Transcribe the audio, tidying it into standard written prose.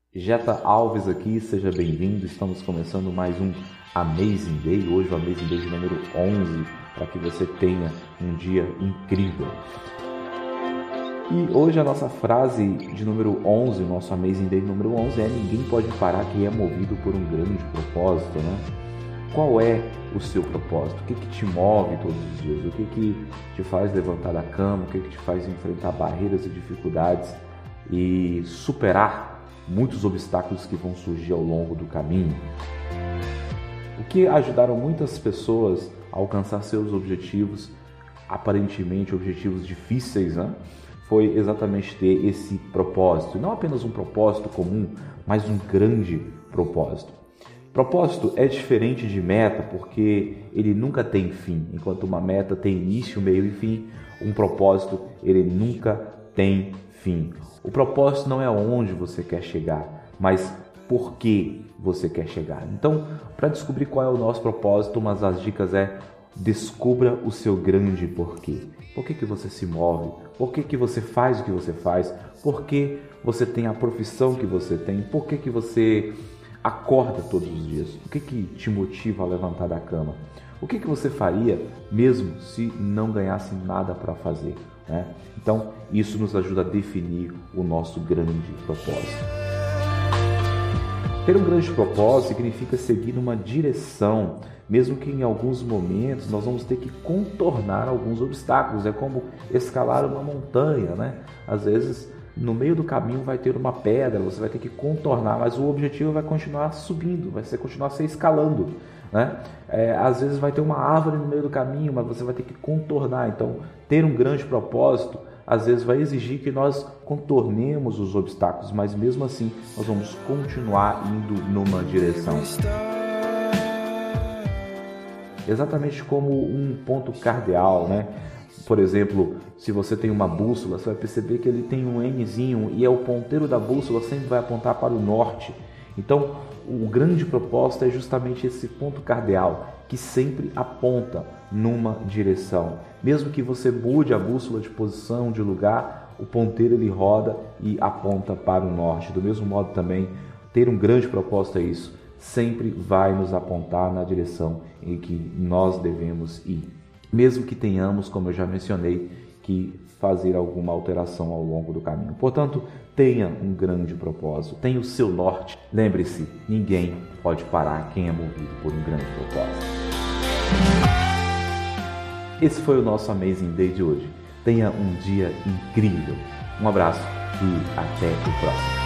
Jeta Alves aqui, seja bem-vindo. Estamos começando mais um Amazing Day. Hoje o Amazing Day de número 11, para que você tenha um dia incrível. E hoje a nossa frase de número 11, o nosso Amazing Day número 11 é: ninguém pode parar quem é movido por um grande propósito, né? Qual é o seu propósito? O que te move todos os dias? O que te faz levantar da cama? O que te faz enfrentar barreiras e dificuldades e superar muitos obstáculos que vão surgir ao longo do caminho? O que ajudaram muitas pessoas a alcançar seus objetivos, aparentemente objetivos difíceis, né? Foi exatamente ter esse propósito. Não apenas um propósito comum, mas um grande propósito. Propósito é diferente de meta porque ele nunca tem fim. Enquanto uma meta tem início, meio e fim, um propósito ele nunca tem fim. O propósito não é onde você quer chegar, mas por que você quer chegar. Então, para descobrir qual é o nosso propósito, uma das dicas é: descubra o seu grande porquê. Por que você se move? Por que você faz o que você faz? Por que você tem a profissão que você tem? Por que você acorda todos os dias? O que te motiva a levantar da cama? O que você faria mesmo se não ganhasse nada para fazer, né? Então, isso nos ajuda a definir o nosso grande propósito. Ter um grande propósito significa seguir uma direção, mesmo que em alguns momentos nós vamos ter que contornar alguns obstáculos. É como escalar uma montanha, né? Às vezes, no meio do caminho vai ter uma pedra, você vai ter que contornar, mas o objetivo vai continuar subindo, vai continuar se escalando, né? Às vezes vai ter uma árvore no meio do caminho, mas você vai ter que contornar. Então, ter um grande propósito às vezes vai exigir que nós contornemos os obstáculos, mas mesmo assim nós vamos continuar indo numa direção. Exatamente como um ponto cardeal, né? Por exemplo, se você tem uma bússola, você vai perceber que ele tem um Nzinho e o ponteiro da bússola sempre vai apontar para o norte. Então, o grande propósito é justamente esse ponto cardeal, que sempre aponta numa direção. Mesmo que você mude a bússola de posição, de lugar, o ponteiro ele roda e aponta para o norte. Do mesmo modo também, ter um grande propósito é isso. Sempre vai nos apontar na direção em que nós devemos ir. Mesmo que tenhamos, como eu já mencionei, que fazer alguma alteração ao longo do caminho. Portanto, tenha um grande propósito, tenha o seu norte. Lembre-se, ninguém pode parar quem é movido por um grande propósito. Esse foi o nosso Amazing Day de hoje. Tenha um dia incrível. Um abraço e até o próximo.